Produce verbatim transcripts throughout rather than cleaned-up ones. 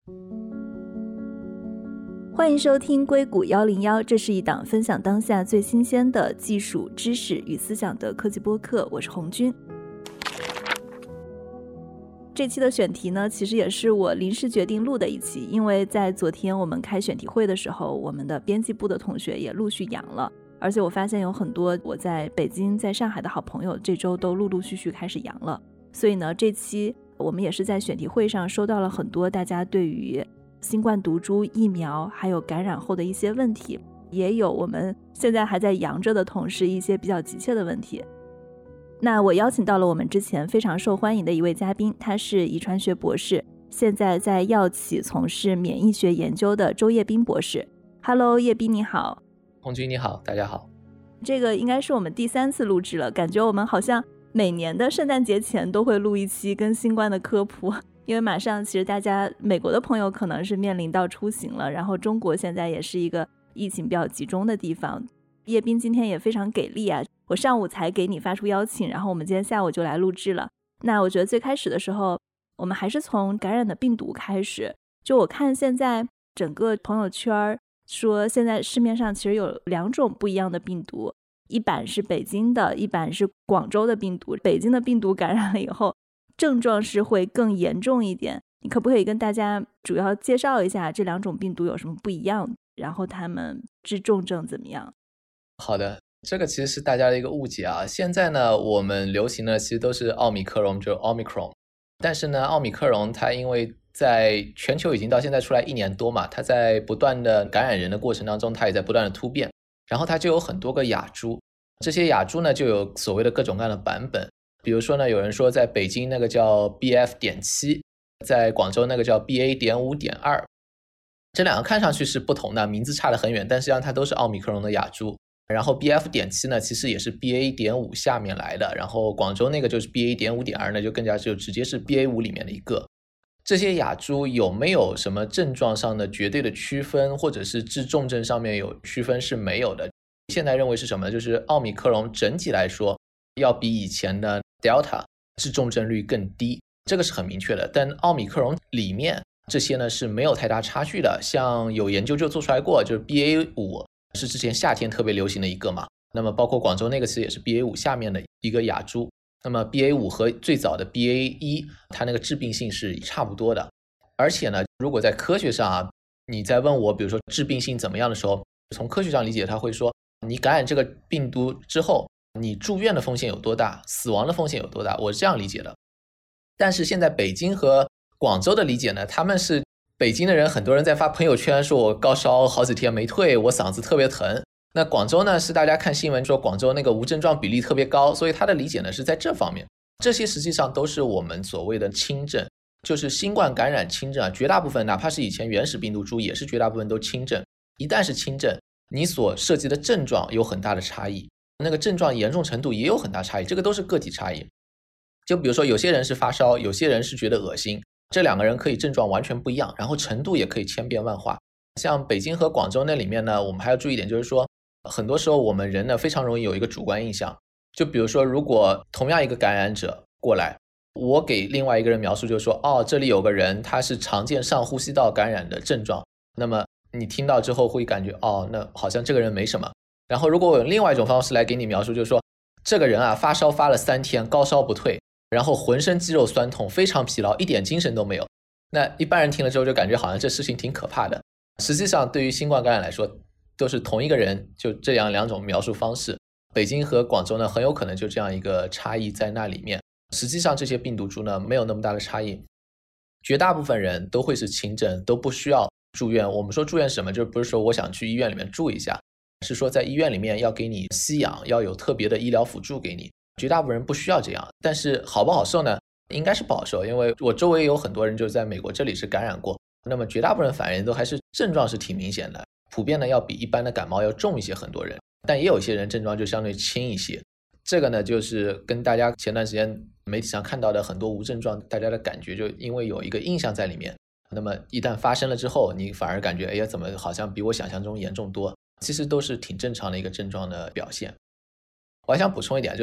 欢迎收听硅谷一零一，这是一档分享当下最新鲜的技术知识与思想的科技播客，我是红军。这期的选题呢，其实也是我临时决定录的一期，因为在昨天我们开选题会的时候，我们的编辑部的同学也陆续阳了，而且我发现有很多我在北京在上海的好朋友这周都陆陆续续开始阳了，所以呢这期我们也是在选题会上收到了很多大家对于新冠毒株疫苗还有感染后的一些问题，也有我们现在还在阳着的同事一些比较急切的问题。那我邀请到了我们之前非常受欢迎的一位嘉宾，他是遗传学博士，现在在药企从事免疫学研究的周叶斌博士。 Hello 叶斌你好。 红军你好，大家好。 这个应该是我们第三次录制了，感觉我们好像每年的圣诞节前都会录一期跟新冠的科普，因为马上其实大家美国的朋友可能是面临到出行了，然后中国现在也是一个疫情比较集中的地方。叶斌今天也非常给力啊，我上午才给你发出邀请，然后我们今天下午就来录制了。那我觉得最开始的时候我们还是从感染的病毒开始，就我看现在整个朋友圈说现在市面上其实有两种不一样的病毒，一版是北京的，一版是广州的病毒。北京的病毒感染了以后症状是会更严重一点，你可不可以跟大家主要介绍一下这两种病毒有什么不一样，然后他们治重症怎么样？ 好的，这个其实是大家的一个误解啊。现在呢我们流行的其实都是奥密克戎，就是 Omicron， 但是呢奥密克戎它因为在全球已经到现在出来一年多嘛，它在不断的感染人的过程当中，它也在不断的突变，然后它就有很多个亚株，这些亚株呢就有所谓的各种各样的版本。比如说呢，有人说在北京那个叫 B F 点七， 在广州那个叫 B A 点五点二， 这两个看上去是不同的，名字差得很远，但实际上它都是奥密克戎的亚株。然后 B F 点七 呢其实也是 B A 点五 下面来的，然后广州那个就是 B A 点五点二 呢就更加就直接是 B A 五 里面的一个。这些亚株有没有什么症状上的绝对的区分，或者是治重症上面有区分是没有的。现在认为是什么呢？就是奥密克戎整体来说要比以前的 Delta 治重症率更低，这个是很明确的。但奥密克戎里面这些呢是没有太大差距的，像有研究就做出来过，就是 B A 五 是之前夏天特别流行的一个嘛，那么包括广州那个其实也是 B A 五 下面的一个亚株，那么 B A 五 和最早的 B A 一 它那个致病性是差不多的。而且呢如果在科学上啊，你在问我比如说致病性怎么样的时候，从科学上理解他会说你感染这个病毒之后你住院的风险有多大，死亡的风险有多大，我是这样理解的。但是现在北京和广州的理解呢，他们是北京的人很多人在发朋友圈说我高烧好几天没退，我嗓子特别疼。那广州呢是大家看新闻说广州那个无症状比例特别高，所以他的理解呢是在这方面。这些实际上都是我们所谓的轻症，就是新冠感染轻症啊，绝大部分哪怕是以前原始病毒株也是绝大部分都轻症。一旦是轻症，你所涉及的症状有很大的差异，那个症状严重程度也有很大差异，这个都是个体差异。就比如说有些人是发烧，有些人是觉得恶心，这两个人可以症状完全不一样，然后程度也可以千变万化。像北京和广州那里面呢，我们还要注意一点，就是说很多时候我们人呢非常容易有一个主观印象。就比如说如果同样一个感染者过来，我给另外一个人描述就是说，哦，这里有个人他是常见上呼吸道感染的症状，那么你听到之后会感觉哦，那好像这个人没什么。然后如果我用另外一种方式来给你描述，就是说这个人啊发烧发了三天，高烧不退，然后浑身肌肉酸痛，非常疲劳，一点精神都没有。那一般人听了之后就感觉好像这事情挺可怕的。实际上对于新冠感染来说都是同一个人，就这样两种描述方式。北京和广州呢很有可能就这样一个差异在那里面。实际上这些病毒株呢没有那么大的差异，绝大部分人都会是轻症，都不需要住院。我们说住院是什么，就是不是说我想去医院里面住一下，是说在医院里面要给你吸氧，要有特别的医疗辅助给你，绝大部分人不需要这样。但是好不好受呢？应该是不好受，因为我周围有很多人就在美国这里是感染过，那么绝大部分人反应都还是症状是挺明显的，普遍呢要比一般的感冒要重一些很多人，但也有一些人症状就相对轻一些。这个呢就是跟大家前段时间媒体上看到的很多无症状，大家的感觉就因为有一个印象在里面，那么一旦发生了之后，你反而感觉哎呀怎么好像比我想象中严重多，其实都是挺正常的一个症状的表现。我还想补充一点，就是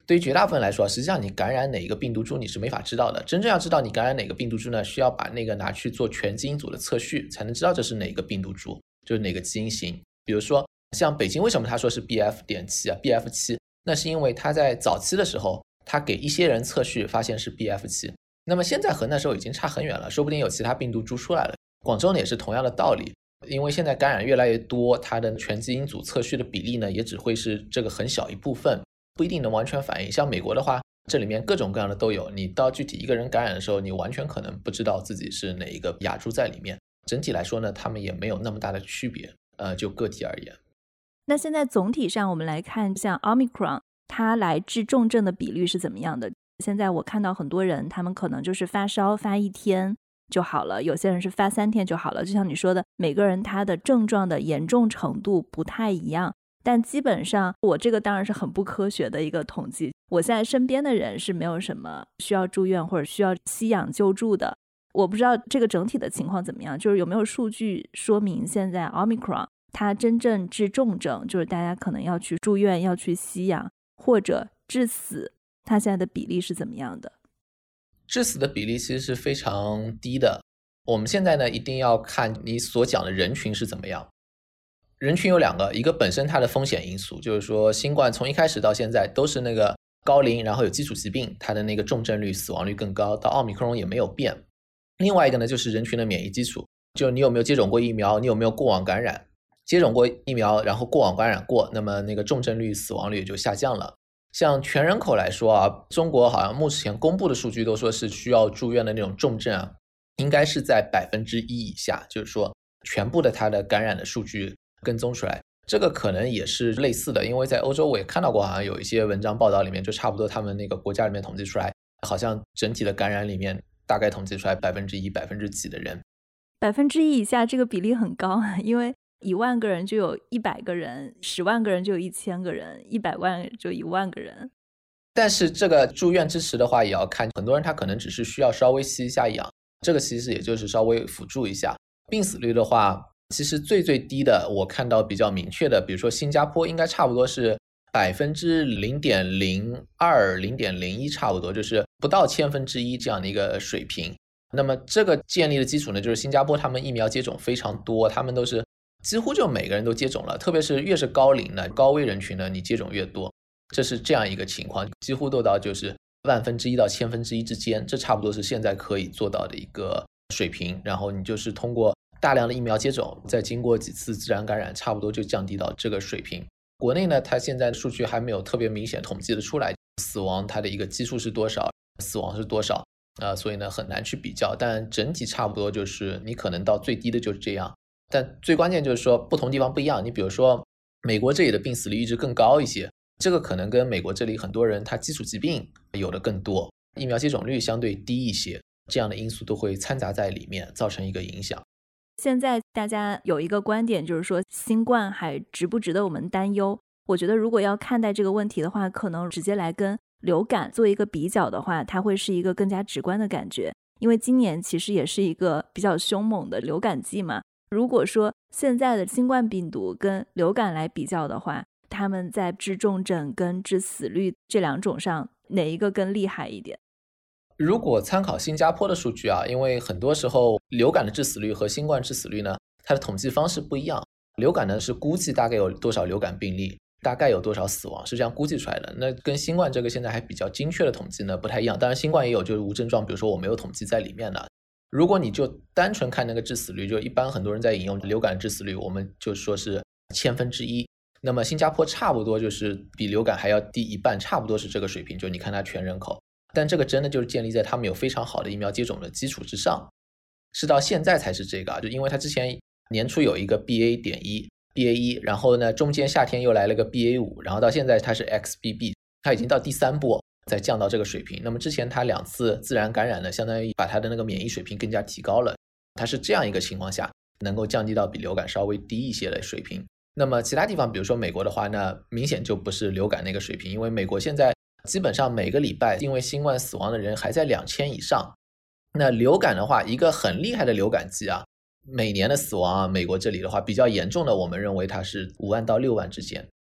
对于绝大部分来说，实际上你感染哪一个病毒株你是没法知道的。真正要知道你感染哪个病毒株呢，需要把那个拿去做全基因组的测序，才能知道这是哪个病毒株，就是哪个基因型。比如说像北京为什么他说是 B F 点七 啊 B F 七， 那是因为他在早期的时候他给一些人测序发现是 B F 七， 那么现在和那时候已经差很远了，说不定有其他病毒株出来了。广州呢也是同样的道理，因为现在感染越来越多，它的全基因组测序的比例呢也只会是这个很小一部分，不一定能完全反映。像美国的话，这里面各种各样的都有，你到具体一个人感染的时候，你完全可能不知道自己是哪一个亚株在里面。整体来说呢，他们也没有那么大的区别，呃，就个体而言。 那现在总体上我们来看，像 Omicron 它来治重症的比率是怎么样的？现在我看到很多人他们可能就是发烧发一天就好了，有些人是发三天就好了，就像你说的，每个人他的症状的严重程度不太一样，但基本上我这个当然是很不科学的一个统计，我现在身边的人是没有什么需要住院或者需要吸氧救助的。我不知道这个整体的情况怎么样，就是有没有数据说明现在 Omicron 它真正治重症，就是大家可能要去住院要去吸氧或者致死，它现在的比例是怎么样的？ 致死的比例其实是非常低的。我们现在呢一定要看你所讲的人群是怎么样。人群有两个，一个本身它的风险因素，就是说新冠从一开始到现在都是那个高龄，然后有基础疾病，它的那个重症率死亡率更高，到奥密克戎也没有变。另外一个呢就是人群的免疫基础，就你有没有接种过疫苗，你有没有过往感染，接种过疫苗然后过往感染过，那么那个重症率死亡率也就下降了。像全人口来说啊，中国好像目前公布的数据都说是需要住院的那种重症啊，应该是在百分之一以下，就是说全部的它的感染的数据跟踪出来，这个可能也是类似的。因为在欧洲我也看到过，好像有一些文章报道里面就差不多他们那个国家里面统计出来，好像整体的感染里面大概统计出来百分之一百分之几的人， 百分之一以下这个比例很高，因为一万个人就有一百个人，十万个人就有一千个人，一百万就一万个人。 但是这个住院支持的话也要看，很多人他可能只是需要稍微吸一下氧，这个其实也就是稍微辅助一下。病死率的话其实最最低的我看到比较明确的，比如说新加坡应该差不多是百分之零点零二 零点零一，差不多就是不到千分之一这样的一个水平。那么这个建立的基础呢，就是新加坡他们疫苗接种非常多，他们都是几乎就每个人都接种了，特别是越是高龄的高危人群呢，你接种越多，这是这样一个情况，几乎都到就是万分之一到千分之一之间，这差不多是现在可以做到的一个水平。然后你就是通过大量的疫苗接种，再经过几次自然感染，差不多就降低到这个水平。国内呢，它现在的数据还没有特别明显统计的出来，死亡它的一个基数是多少，死亡是多少，呃，所以呢很难去比较，但整体差不多就是你可能到最低的就是这样。但最关键就是说不同地方不一样，你比如说美国这里的病死率一直更高一些，这个可能跟美国这里很多人他基础疾病有的更多，疫苗接种率相对低一些，这样的因素都会掺杂在里面，造成一个影响。 现在大家有一个观点，就是说新冠还值不值得我们担忧。我觉得如果要看待这个问题的话，可能直接来跟流感做一个比较的话，它会是一个更加直观的感觉。因为今年其实也是一个比较凶猛的流感季嘛，如果说现在的新冠病毒跟流感来比较的话，他们在治重症跟致死率这两种上哪一个更厉害一点？ 如果参考新加坡的数据啊，因为很多时候流感的致死率和新冠致死率呢，它的统计方式不一样。流感呢是估计大概有多少流感病例，大概有多少死亡，是这样估计出来的。那跟新冠这个现在还比较精确的统计呢不太一样。当然新冠也有就是无症状，比如说我没有统计在里面的。如果你就单纯看那个致死率，就一般很多人在引用流感致死率，我们就说是千分之一。那么新加坡差不多就是比流感还要低一半，差不多是这个水平，就你看它全人口。但这个真的就是建立在他们有非常好的疫苗接种的基础之上，是到现在才是这个，就因为它之前年初有一个 B A 点一 B A 一， 然后呢中间夏天又来了个 B A 五， 然后到现在它是 X B B， 它已经到第三波再降到这个水平。那么之前它两次自然感染呢，相当于把它的那个免疫水平更加提高了，它是这样一个情况下能够降低到比流感稍微低一些的水平。那么其他地方比如说美国的话，那明显就不是流感那个水平，因为美国现在基本上每个礼拜因为新冠死亡的人还在两千以上。那流感的话，一个很厉害的流感季啊，每年的死亡啊，美国这里的话比较严重的，我们认为它是五万到六万之间。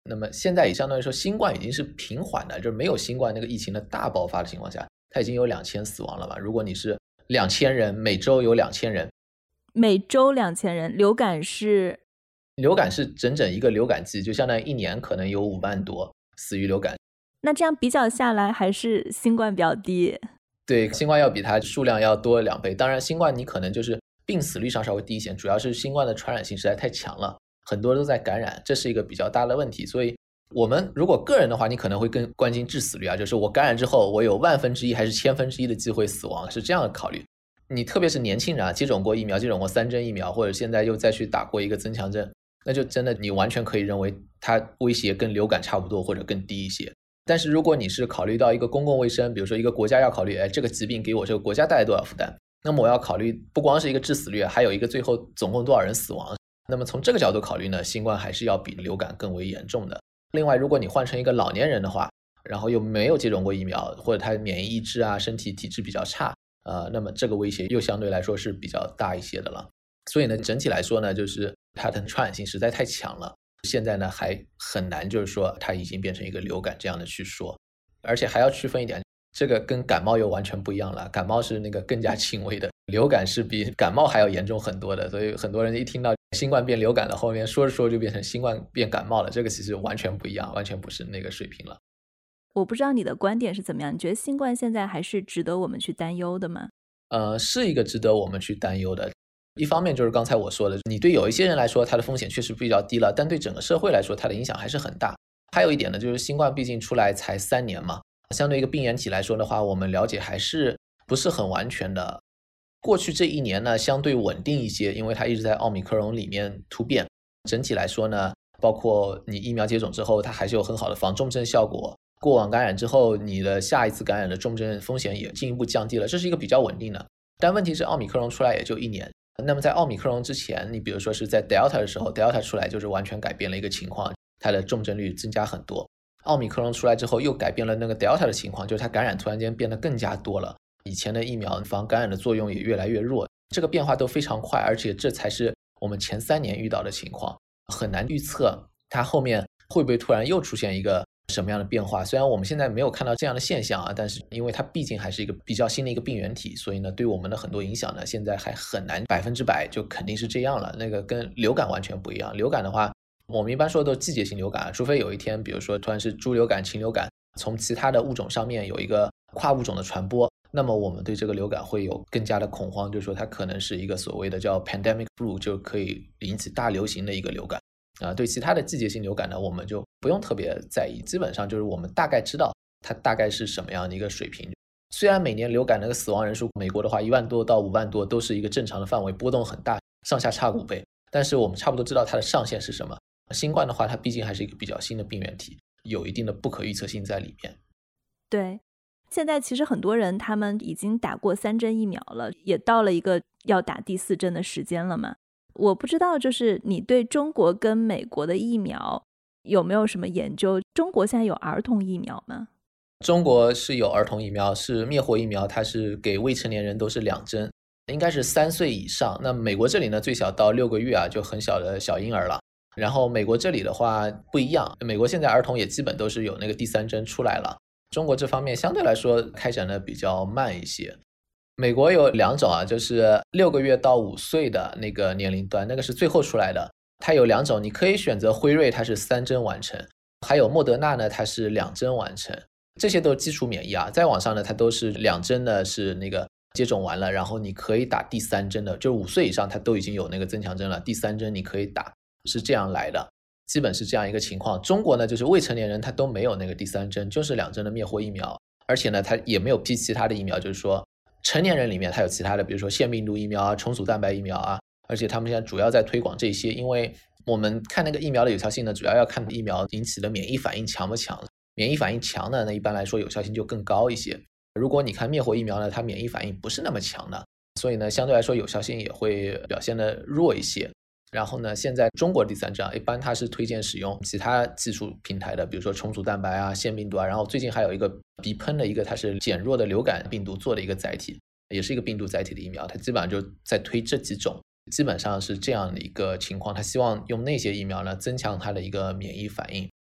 那么现在也相当于说新冠已经是平缓的，就是没有新冠那个疫情的大爆发的情况下，它已经有两千死亡了嘛。如果你是两千人，每周有两千人， 每周两千人，流感是流感是整整一个流感季，就相当于一年可能有五万多死于流感。 那这样比较下来还是新冠比较低。 对，新冠要比它数量要多两倍。当然新冠你可能就是病死率上稍微低一些，主要是新冠的传染性实在太强了，很多都在感染，这是一个比较大的问题。所以我们如果个人的话，你可能会更关心致死率啊，就是我感染之后我有万分之一还是千分之一的机会死亡，是这样的考虑。你特别是年轻人啊，接种过疫苗，接种过三针疫苗，或者现在又再去打过一个增强针，那就真的你完全可以认为它威胁跟流感差不多或者更低一些。但是如果你是考虑到一个公共卫生，比如说一个国家要考虑，哎，这个疾病给我这个国家带来多少负担，那么我要考虑不光是一个致死率，还有一个最后总共多少人死亡。那么从这个角度考虑呢，新冠还是要比流感更为严重的。另外如果你换成一个老年人的话，然后又没有接种过疫苗，或者他免疫抑制啊，身体体质比较差，呃，那么这个威胁又相对来说是比较大一些的了。所以呢，整体来说呢，就是它的传染性实在太强了，现在呢还很难就是说它已经变成一个流感这样的去说。而且还要区分一点，这个跟感冒又完全不一样了，感冒是那个更加轻微的，流感是比感冒还要严重很多的。所以很多人一听到新冠变流感了，后面说着说着就变成新冠变感冒了，这个其实完全不一样，完全不是那个水平了。 我不知道你的观点是怎么样，你觉得新冠现在还是值得我们去担忧的吗？ 呃，是一个值得我们去担忧的。一方面就是刚才我说的，你对有一些人来说它的风险确实比较低了，但对整个社会来说它的影响还是很大。还有一点呢，就是新冠毕竟出来才三年嘛，相对一个病原体来说的话，我们了解还是不是很完全的。过去这一年呢相对稳定一些，因为它一直在奥密克戎里面突变，整体来说呢，包括你疫苗接种之后它还是有很好的防重症效果，过往感染之后你的下一次感染的重症风险也进一步降低了，这是一个比较稳定的。但问题是奥密克戎出来也就一年，那么在奥密克戎之前，你比如说是在 Delta 的时候， Delta 出来就是完全改变了一个情况，它的重症率增加很多。奥密克戎出来之后又改变了那个 Delta 的情况，就是它感染突然间变得更加多了，以前的疫苗防感染的作用也越来越弱，这个变化都非常快，而且这才是我们前三年遇到的情况，很难预测它后面会不会突然又出现一个什么样的变化。虽然我们现在没有看到这样的现象啊，但是因为它毕竟还是一个比较新的一个病原体，所以呢对我们的很多影响呢现在还很难百分之百就肯定是这样了。那个跟流感完全不一样，流感的话我们一般说都季节性流感，除非有一天比如说突然是猪流感、禽流感从其他的物种上面有一个跨物种的传播，那么我们对这个流感会有更加的恐慌，就是说它可能是一个所谓的叫 pandemic flu， 就可以引起大流行的一个流感。啊，对其他的季节性流感呢，我们就不用特别在意，基本上就是我们大概知道它大概是什么样的一个水平。虽然每年流感那个死亡人数，美国的话一万多到五万多都是一个正常的范围，波动很大，上下差五倍，但是我们差不多知道它的上限是什么。新冠的话，它毕竟还是一个比较新的病原体，有一定的不可预测性在里面。 对，现在其实很多人他们已经打过三针疫苗了，也到了一个要打第四针的时间了嘛。我不知道就是你对中国跟美国的疫苗有没有什么研究？中国现在有儿童疫苗吗？ 中国是有儿童疫苗，是灭活疫苗，它是给未成年人都是两针，应该是三岁以上。那美国这里呢最小到六个月啊，就很小的小婴儿了。然后美国这里的话不一样，美国现在儿童也基本都是有那个第三针出来了，中国这方面相对来说开展的比较慢一些。美国有两种啊，就是六个月到五岁的那个年龄段，那个是最后出来的。它有两种，你可以选择辉瑞，它是三针完成，还有莫德纳呢，它是两针完成。这些都是基础免疫啊，再往上呢，它都是两针呢是那个接种完了，然后你可以打第三针的，就五岁以上它都已经有那个增强针了，第三针你可以打，是这样来的，基本是这样一个情况。中国呢，就是未成年人他都没有那个第三针，就是两针的灭活疫苗，而且呢，它也没有批其他的疫苗，就是说成年人里面它有其他的，比如说腺病毒疫苗啊、重组蛋白疫苗啊，而且他们现在主要在推广这些，因为我们看那个疫苗的有效性呢，主要要看疫苗引起的免疫反应强不强，免疫反应强呢，那一般来说有效性就更高一些。如果你看灭活疫苗呢，它免疫反应不是那么强的，所以呢，相对来说有效性也会表现的弱一些。然后呢，现在中国第三针一般它是推荐使用其他技术平台的，比如说重组蛋白啊、腺病毒啊，然后最近还有一个鼻喷的一个，它是减弱的流感病毒做的一个载体，也是一个病毒载体的疫苗，它基本上就在推这几种，基本上是这样的一个情况，它希望用那些疫苗呢增强它的一个免疫反应。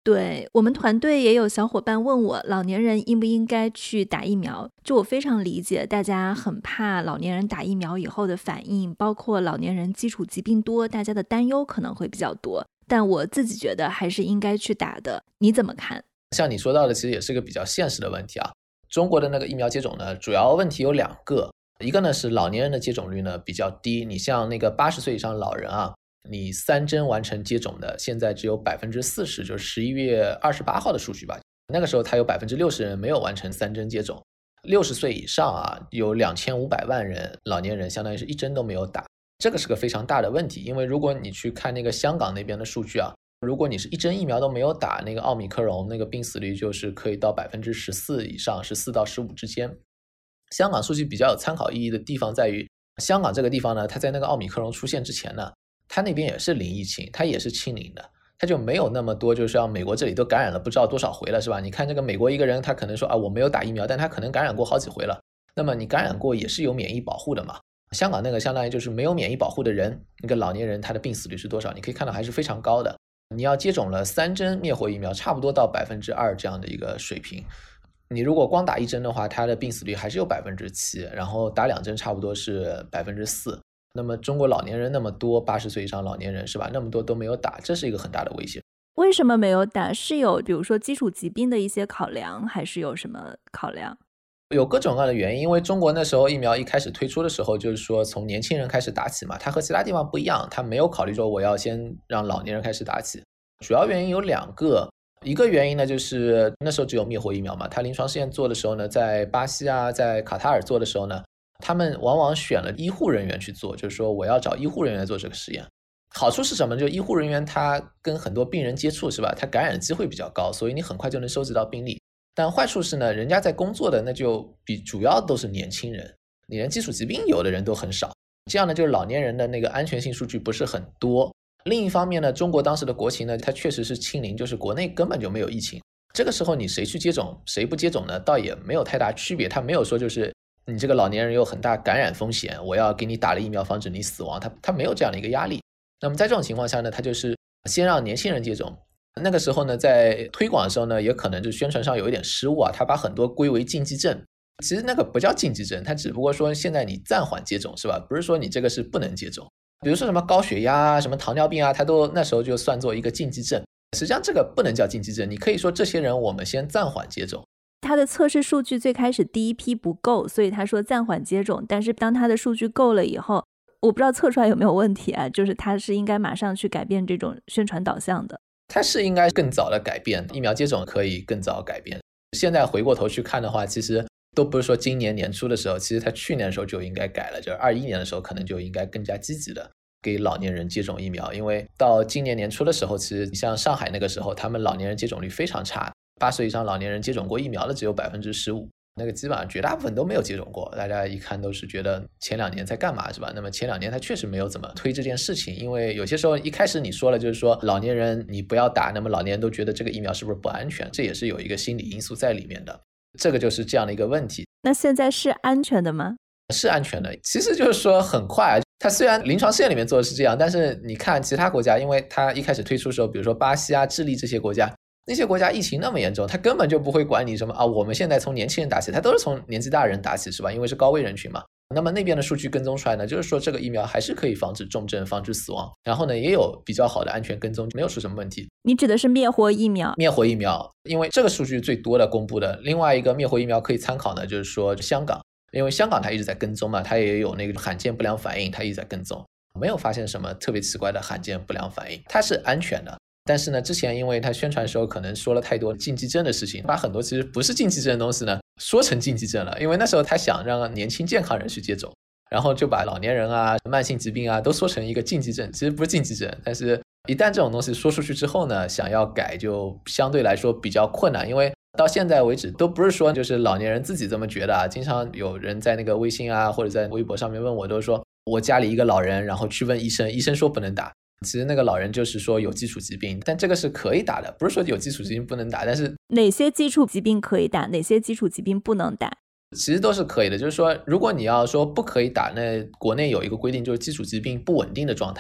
对，我们团队也有小伙伴问我，老年人应不应该去打疫苗？就我非常理解，大家很怕老年人打疫苗以后的反应，包括老年人基础疾病多，大家的担忧可能会比较多。但我自己觉得还是应该去打的，你怎么看？ 像你说到的，其实也是个比较现实的问题啊。中国的那个疫苗接种呢，主要问题有两个，一个呢是老年人的接种率呢比较低，你像那个八十岁以上的老人啊，你三针完成接种的，现在只有百分之四十，就是十一月二十八号的数据吧。那个时候他有百分之六十人没有完成三针接种，六十岁以上啊，有两千五百万人老年人，相当于是一针都没有打。这个是个非常大的问题，因为如果你去看那个香港那边的数据啊，如果你是一针疫苗都没有打，那个奥米克戎那个病死率就是可以到百分之十四以上，十四到十五之间。香港数据比较有参考意义的地方在于，香港这个地方呢，它在那个奥米克戎出现之前呢，它那边也是零疫情，它也是清零的，它就没有那么多，就是像美国这里都感染了不知道多少回了，是吧？你看这个美国一个人，他可能说啊我没有打疫苗，但他可能感染过好几回了，那么你感染过也是有免疫保护的嘛。香港那个相当于就是没有免疫保护的人，那个老年人他的病死率是多少？你可以看到还是非常高的。你要接种了三针灭活疫苗，差不多到百分之二这样的一个水平。你如果光打一针的话，它的病死率还是有百分之七，然后打两针差不多是百分之四。那么中国老年人那么多，八十岁以上老年人是吧？那么多都没有打，这是一个很大的威胁。 为什么没有打？是有比如说基础疾病的一些考量，还是有什么考量？ 有各种各样的原因，因为中国那时候疫苗一开始推出的时候，就是说从年轻人开始打起嘛，它和其他地方不一样，它没有考虑说我要先让老年人开始打起。主要原因有两个，一个原因呢就是那时候只有灭活疫苗嘛，它临床试验做的时候呢，在巴西啊，在卡塔尔做的时候呢，他们往往选了医护人员去做，就是说我要找医护人员做这个实验。好处是什么？就医护人员他跟很多病人接触是吧，他感染的机会比较高，所以你很快就能收集到病例。但坏处是呢，人家在工作的那就比主要都是年轻人，你连基础疾病有的人都很少，这样呢就是老年人的那个安全性数据不是很多。另一方面呢，中国当时的国情呢，它确实是清零，就是国内根本就没有疫情。这个时候你谁去接种谁不接种呢，倒也没有太大区别，他没有说就是你这个老年人有很大感染风险，我要给你打了疫苗防止你死亡，他他没有这样的一个压力。那么在这种情况下呢，他就是先让年轻人接种。那个时候呢，在推广的时候呢，也可能就宣传上有一点失误啊，他把很多归为禁忌症。其实那个不叫禁忌症，它只不过说现在你暂缓接种是吧？不是说你这个是不能接种。比如说什么高血压啊，什么糖尿病啊，它都那时候就算作一个禁忌症。实际上这个不能叫禁忌症，你可以说这些人我们先暂缓接种。 他的测试数据最开始第一批不够，所以他说暂缓接种，但是当他的数据够了以后，我不知道测出来有没有问题啊，就是他是应该马上去改变这种宣传导向的。 它是应该更早的改变，疫苗接种可以更早改变。现在回过头去看的话，其实都不是说今年年初的时候，其实它去年的时候就应该改了，就是二一年的时候可能就应该更加积极的给老年人接种疫苗。因为到今年年初的时候，其实像上海那个时候，他们老年人接种率非常差，八岁以上老年人接种过疫苗的只有百分之十五。那个基本上绝大部分都没有接种过，大家一看都是觉得前两年在干嘛是吧？那么前两年他确实没有怎么推这件事情，因为有些时候一开始你说了就是说老年人你不要打，那么老年人都觉得这个疫苗是不是不安全，这也是有一个心理因素在里面的，这个就是这样的一个问题。 那现在是安全的吗？ 是安全的，其实就是说很快，它虽然临床试验里面做的是这样，但是你看其他国家，因为它一开始推出的时候，比如说巴西啊、智利这些国家，那些国家疫情那么严重，他根本就不会管你什么啊，我们现在从年轻人打起，他都是从年纪大人打起是吧？因为是高危人群嘛。那么那边的数据跟踪出来呢，就是说这个疫苗还是可以防止重症、防止死亡，然后呢也有比较好的安全跟踪，没有出什么问题。 你指的是灭活疫苗？ 灭活疫苗，因为这个数据最多的公布的。另外一个灭活疫苗可以参考呢，就是说香港，因为香港它一直在跟踪嘛，它也有那个罕见不良反应，它一直在跟踪，没有发现什么特别奇怪的罕见不良反应，它是安全的。但是呢，之前因为他宣传的时候可能说了太多禁忌症的事情，把很多其实不是禁忌症的东西呢说成禁忌症了。因为那时候他想让年轻健康人去接种，然后就把老年人啊、慢性疾病啊都说成一个禁忌症，其实不是禁忌症。但是一旦这种东西说出去之后呢，想要改就相对来说比较困难，因为到现在为止都不是说就是老年人自己这么觉得啊。经常有人在那个微信啊或者在微博上面问我，都说我家里一个老人，然后去问医生，医生说不能打。其实那个老人就是说有基础疾病，但这个是可以打的，不是说有基础疾病不能打。但是哪些基础疾病可以打，哪些基础疾病不能打？ 其实都是可以的，就是说如果你要说不可以打，那国内有一个规定，就是基础疾病不稳定的状态。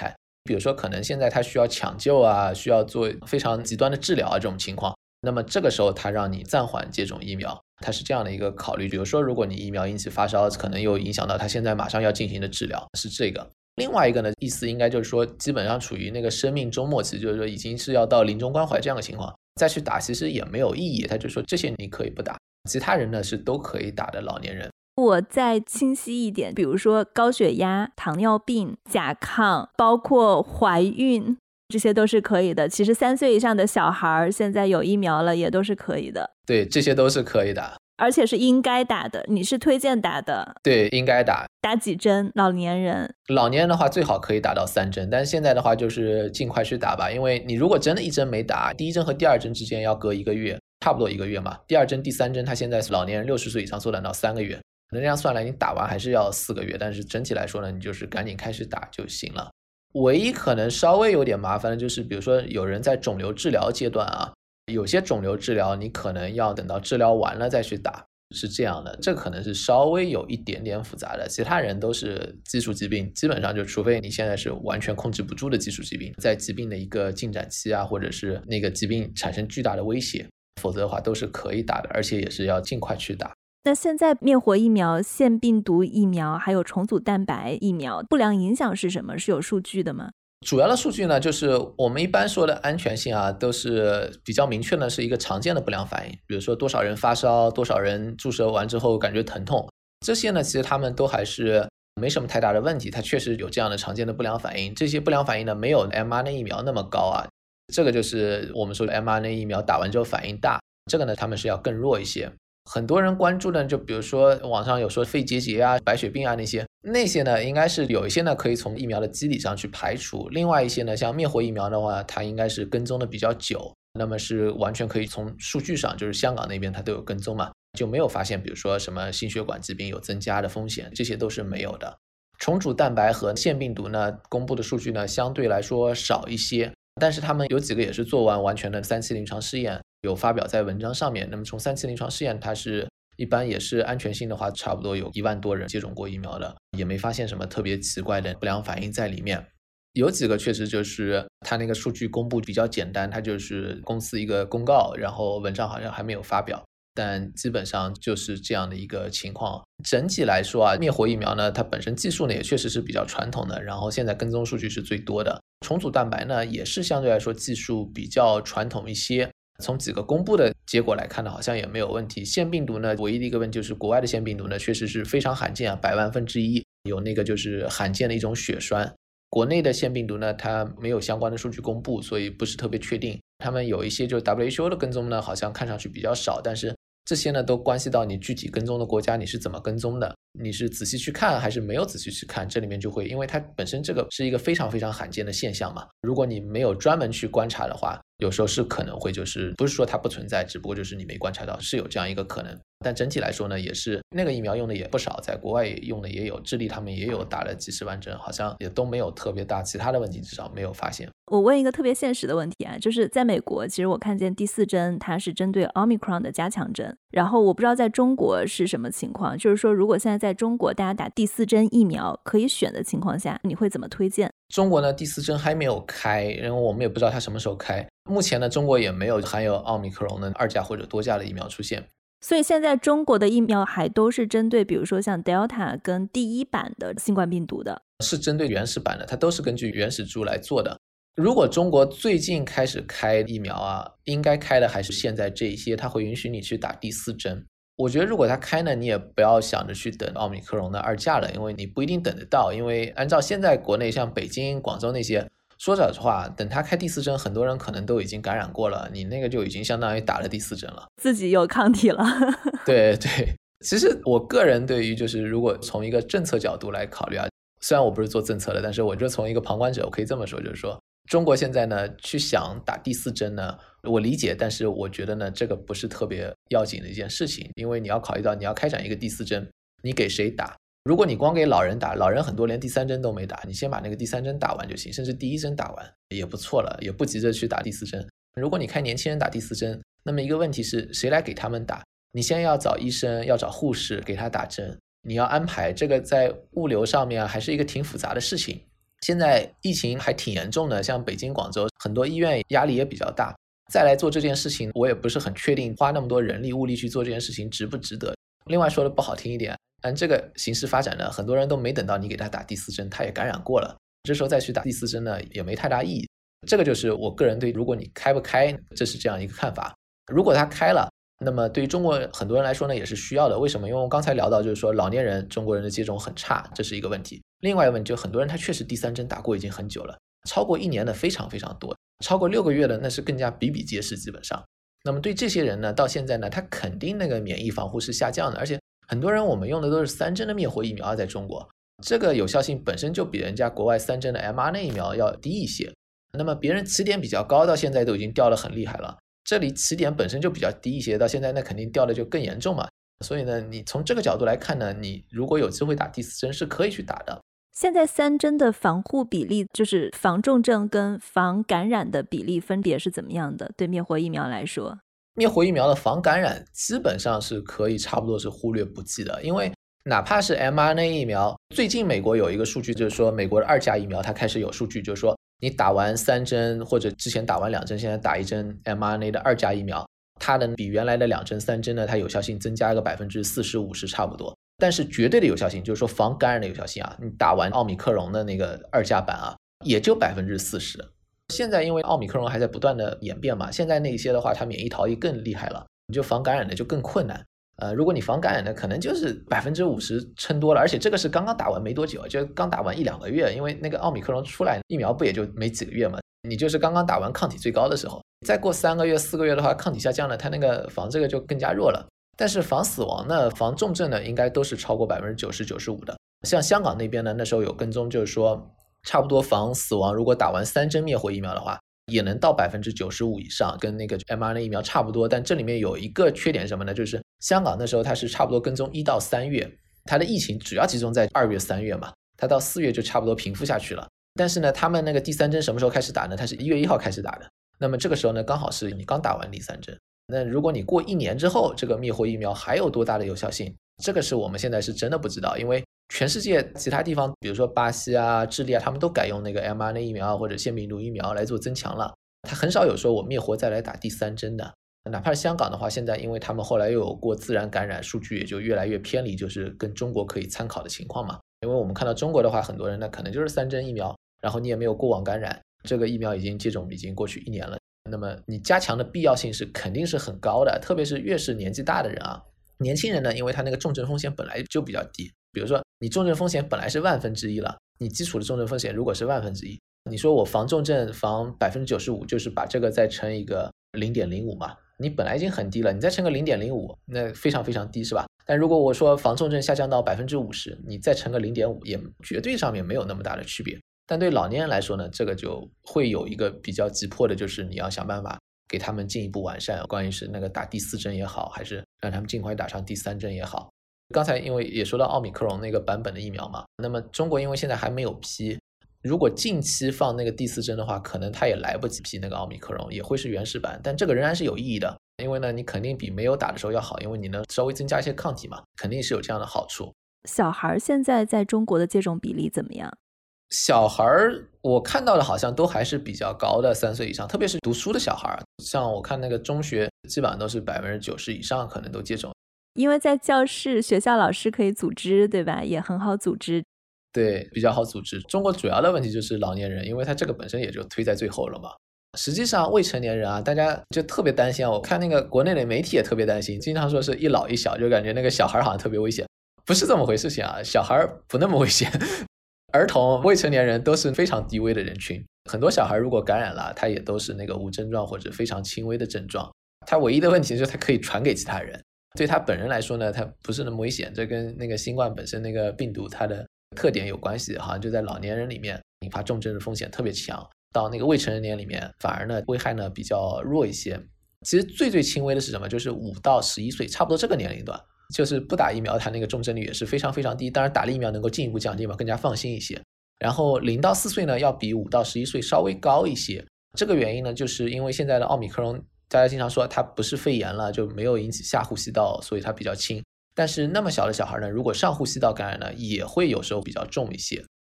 比如说可能现在他需要抢救啊，需要做非常极端的治疗啊这种情况，那么这个时候他让你暂缓接种疫苗，它是这样的一个考虑。比如说如果你疫苗引起发烧，可能又影响到他现在马上要进行的治疗，是这个。另外一个呢，意思应该就是说基本上处于那个生命终末期，就是说已经是要到临终关怀这样的情况，再去打其实也没有意义。他就说这些你可以不打，其他人呢是都可以打的老年人。 我再清晰一点，比如说高血压、糖尿病、甲亢，包括怀孕，这些都是可以的。其实三岁以上的小孩现在有疫苗了也都是可以的。 对，这些都是可以的， 而且是应该打的。你是推荐打的？ 对，应该打。 打几针？老年人老年人的话最好可以打到三针，但是现在的话就是尽快去打吧。因为你如果真的一针没打，第一针和第二针之间要隔一个月，差不多一个月嘛。第二针第三针它现在是老年人六十岁以上缩短到三个月，那这样算来你打完还是要四个月，但是整体来说呢，你就是赶紧开始打就行了。唯一可能稍微有点麻烦的就是比如说有人在肿瘤治疗阶段啊，有些肿瘤治疗你可能要等到治疗完了再去打，是这样的，这可能是稍微有一点点复杂的。其他人都是基础疾病，基本上就除非你现在是完全控制不住的基础疾病，在疾病的一个进展期啊，或者是那个疾病产生巨大的威胁，否则的话都是可以打的，而且也是要尽快去打。 那现在灭活疫苗、腺病毒疫苗还有重组蛋白疫苗不良影响是什么？是有数据的吗？ 主要的数据呢，就是我们一般说的安全性啊，都是比较明确的，是一个常见的不良反应，比如说多少人发烧，多少人注射完之后感觉疼痛，这些呢其实他们都还是没什么太大的问题，它确实有这样的常见的不良反应。这些不良反应呢没有 M R N A 疫苗那么高啊，这个就是我们说的 M R N A 疫苗打完之后反应大，这个呢他们是要更弱一些。很多人关注的就比如说网上有说肺结节啊、白血病啊那些，那些呢应该是有一些呢可以从疫苗的机理上去排除，另外一些呢像灭活疫苗的话，它应该是跟踪的比较久，那么是完全可以从数据上，就是香港那边它都有跟踪嘛，就没有发现比如说什么心血管疾病有增加的风险，这些都是没有的。重组蛋白和腺病毒呢公布的数据呢相对来说少一些，但是他们有几个也是做完完全的三期临床试验，有发表在文章上面。那么从三期临床试验，它是一般也是安全性的话，差不多有一万多人接种过疫苗的，也没发现什么特别奇怪的不良反应在里面。有几个确实就是它那个数据公布比较简单，它就是公司一个公告，然后文章好像还没有发表，但基本上就是这样的一个情况。整体来说啊，灭活疫苗呢，它本身技术呢也确实是比较传统的，然后现在跟踪数据是最多的。重组蛋白呢也是相对来说技术比较传统一些，从几个公布的结果来看呢，好像也没有问题。腺病毒呢，唯一的一个问题就是国外的腺病毒呢确实是非常罕见啊，百万分之一，有那个就是罕见的一种血栓。国内的腺病毒呢，它没有相关的数据公布，所以不是特别确定。他们有一些就 W H O 的跟踪呢，好像看上去比较少，但是这些呢都关系到你具体跟踪的国家你是怎么跟踪的，你是仔细去看还是没有仔细去看，这里面就会，因为它本身这个是一个非常非常罕见的现象嘛，如果你没有专门去观察的话，有时候是可能会就是不是说它不存在，只不过就是你没观察到，是有这样一个可能。但整体来说呢，也是那个疫苗用的也不少，在国外用的也有，智利他们也有打了几十万针，好像也都没有特别大其他的问题，至少没有发现。 我问一个特别现实的问题啊，就是在美国其实我看见第四针它是针对 Omicron 的加强针，然后我不知道在中国是什么情况，就是说如果现在在中国大家打第四针疫苗可以选的情况下，你会怎么推荐？ 中国呢第四针还没有开，然后我们也不知道它什么时候开，目前呢中国也没有含有奥密克戎的二价或者多价的疫苗出现， 所以现在中国的疫苗还都是针对比如说像 Delta 跟第一版的新冠病毒的， 是针对原始版的，它都是根据原始株来做的。如果中国最近开始开疫苗啊，应该开的还是现在这一些，它会允许你去打第四针。我觉得如果它开呢，你也不要想着去等奥密克戎的二价了，因为你不一定等得到，因为按照现在国内像北京、广州那些，说实话，等它开第四针，很多人可能都已经感染过了，你那个就已经相当于打了第四针了， 自己有抗体了。 对对，其实我个人对于就是如果从一个政策角度来考虑啊，虽然我不是做政策的，但是我就从一个旁观者，我可以这么说，就是说中国现在呢去想打第四针呢，我理解，但是我觉得呢这个不是特别要紧的一件事情，因为你要考虑到你要开展一个第四针，你给谁打？如果你光给老人打，老人很多连第三针都没打，你先把那个第三针打完就行，甚至第一针打完也不错了，也不急着去打第四针。如果你开年轻人打第四针，那么一个问题是谁来给他们打？你先要找医生，要找护士给他打针，你要安排这个在物流上面还是一个挺复杂的事情。 现在疫情还挺严重的，像北京、广州很多医院压力也比较大，再来做这件事情，我也不是很确定花那么多人力物力去做这件事情值不值得。另外说的不好听一点，按这个形势发展呢，很多人都没等到你给他打第四针，他也感染过了，这时候再去打第四针呢，也没太大意义。这个就是我个人对如果你开不开，这是这样一个看法。如果他开了，那么对于中国很多人来说呢，也是需要的。为什么？因为我刚才聊到，就是说老年人中国人的接种很差，这是一个问题。另外一个问题，就很多人他确实第三针打过已经很久了，超过一年的非常非常多，超过六个月的那是更加比比皆是，基本上。那么对这些人呢，到现在呢，他肯定那个免疫防护是下降的，而且很多人我们用的都是三针的灭活疫苗，在中国这个有效性本身就比人家国外三针的 M R N A 疫苗要低一些。那么别人起点比较高，到现在都已经掉得很厉害了，这里起点本身就比较低一些，到现在那肯定掉的就更严重嘛。所以呢，你从这个角度来看呢，你如果有机会打第四针是可以去打的。 现在三针的防护比例，就是防重症跟防感染的比例分别是怎么样的？对灭活疫苗来说， 灭活疫苗的防感染基本上是可以差不多是忽略不计的，因为哪怕是 M R N A 疫苗，最近美国有一个数据，就是说美国的二价疫苗它开始有数据，就是说你打完三针或者之前打完两针，现在打一针 M R N A 的二价疫苗，它能比原来的两针三针呢，它有效性增加个百分之四十五十差不多。但是绝对的有效性，就是说防感染的有效性啊，你打完奥米克戎的那个二价版啊，也就百分之四十。现在因为奥米克戎还在不断的演变嘛，现在那些的话，它免疫逃逸更厉害了，你就防感染的就更困难。呃，如果你防感染的，可能就是百分之五十撑多了，而且这个是刚刚打完没多久，就刚打完一两个月，因为那个奥米克戎出来疫苗不也就没几个月嘛，你就是刚刚打完抗体最高的时候，再过三个月四个月的话，抗体下降了，它那个防这个就更加弱了。但是防死亡呢，防重症呢，应该都是超过百分之九十、九十五的。像香港那边呢，那时候有跟踪，就是说差不多防死亡，如果打完三针灭活疫苗的话，也能到百分之九十五以上，跟那个 M R N A 疫苗差不多。但这里面有一个缺点什么呢？就是香港那时候它是差不多跟踪一到三月，它的疫情主要集中在二月、三月嘛，它到四月就差不多平复下去了。但是呢，他们那个第三针什么时候开始打呢？它是一月一号开始打的。那么这个时候呢，刚好是你刚打完第三针。那如果你过一年之后，这个灭活疫苗还有多大的有效性？这个是我们现在是真的不知道，因为全世界其他地方，比如说巴西啊、智利啊，他们都改用那个 M R N A 疫苗或者腺病毒疫苗来做增强了。他很少有说我灭活再来打第三针的。哪怕是香港的话，现在因为他们后来又有过自然感染，数据也就越来越偏离，就是跟中国可以参考的情况嘛。因为我们看到中国的话，很多人呢可能就是三针疫苗，然后你也没有过往感染，这个疫苗已经接种已经过去一年了。那么你加强的必要性是肯定是很高的，特别是越是年纪大的人啊，年轻人呢，因为他那个重症风险本来就比较低，比如说你重症风险本来是万分之一了，你基础的重症风险如果是万分之一，你说我防重症防百分之九十五，就是把这个再乘一个零点零五嘛，你本来已经很低了，你再乘个零点零五，那非常非常低是吧？但如果我说防重症下降到百分之五十，你再乘个零点五，也绝对上面没有那么大的区别。但对老年人来说呢，这个就会有一个比较急迫的，就是你要想办法给他们进一步完善，关于是那个打第四针也好，还是让他们尽快打上第三针也好。刚才因为也说到奥米克戎那个版本的疫苗嘛，那么中国因为现在还没有批，如果近期放那个第四针的话，可能它也来不及批那个奥米克戎，也会是原始版，但这个仍然是有意义的，因为呢，你肯定比没有打的时候要好，因为你能稍微增加一些抗体嘛，肯定是有这样的好处。 小孩现在在中国的接种比例怎么样？ 小孩我看到的好像都还是比较高的，三岁以上，特别是读书的小孩，像我看那个中学基本上都是百分之九十以上可能都接种。 因为在教室学校老师可以组织，对吧？也很好组织。 对，比较好组织。中国主要的问题就是老年人，因为他这个本身也就推在最后了嘛。实际上未成年人啊，大家就特别担心啊，我看那个国内的媒体也特别担心，经常说是一老一小，就感觉那个小孩好像特别危险，不是这么回事情啊，小孩不那么危险。儿童、未成年人都是非常低危的人群，很多小孩如果感染了，他也都是那个无症状或者非常轻微的症状，他唯一的问题就是他可以传给其他人，对他本人来说呢，他不是那么危险，这跟那个新冠本身那个病毒它的特点有关系，好像就在老年人里面引发重症的风险特别强，到那个未成年里面反而呢危害呢比较弱一些。其实最最轻微的是什么？就是五到十一岁，差不多这个年龄段，就是不打疫苗它那个重症率也是非常非常低，当然打了疫苗能够进一步降低嘛，更加放心一些。然后零到四岁呢要比五到十一岁稍微高一些，这个原因呢就是因为现在的奥米克戎大家经常说它不是肺炎了，就没有引起下呼吸道，所以它比较轻。但是那么小的小孩呢，如果上呼吸道感染呢，也会有时候比较重一些。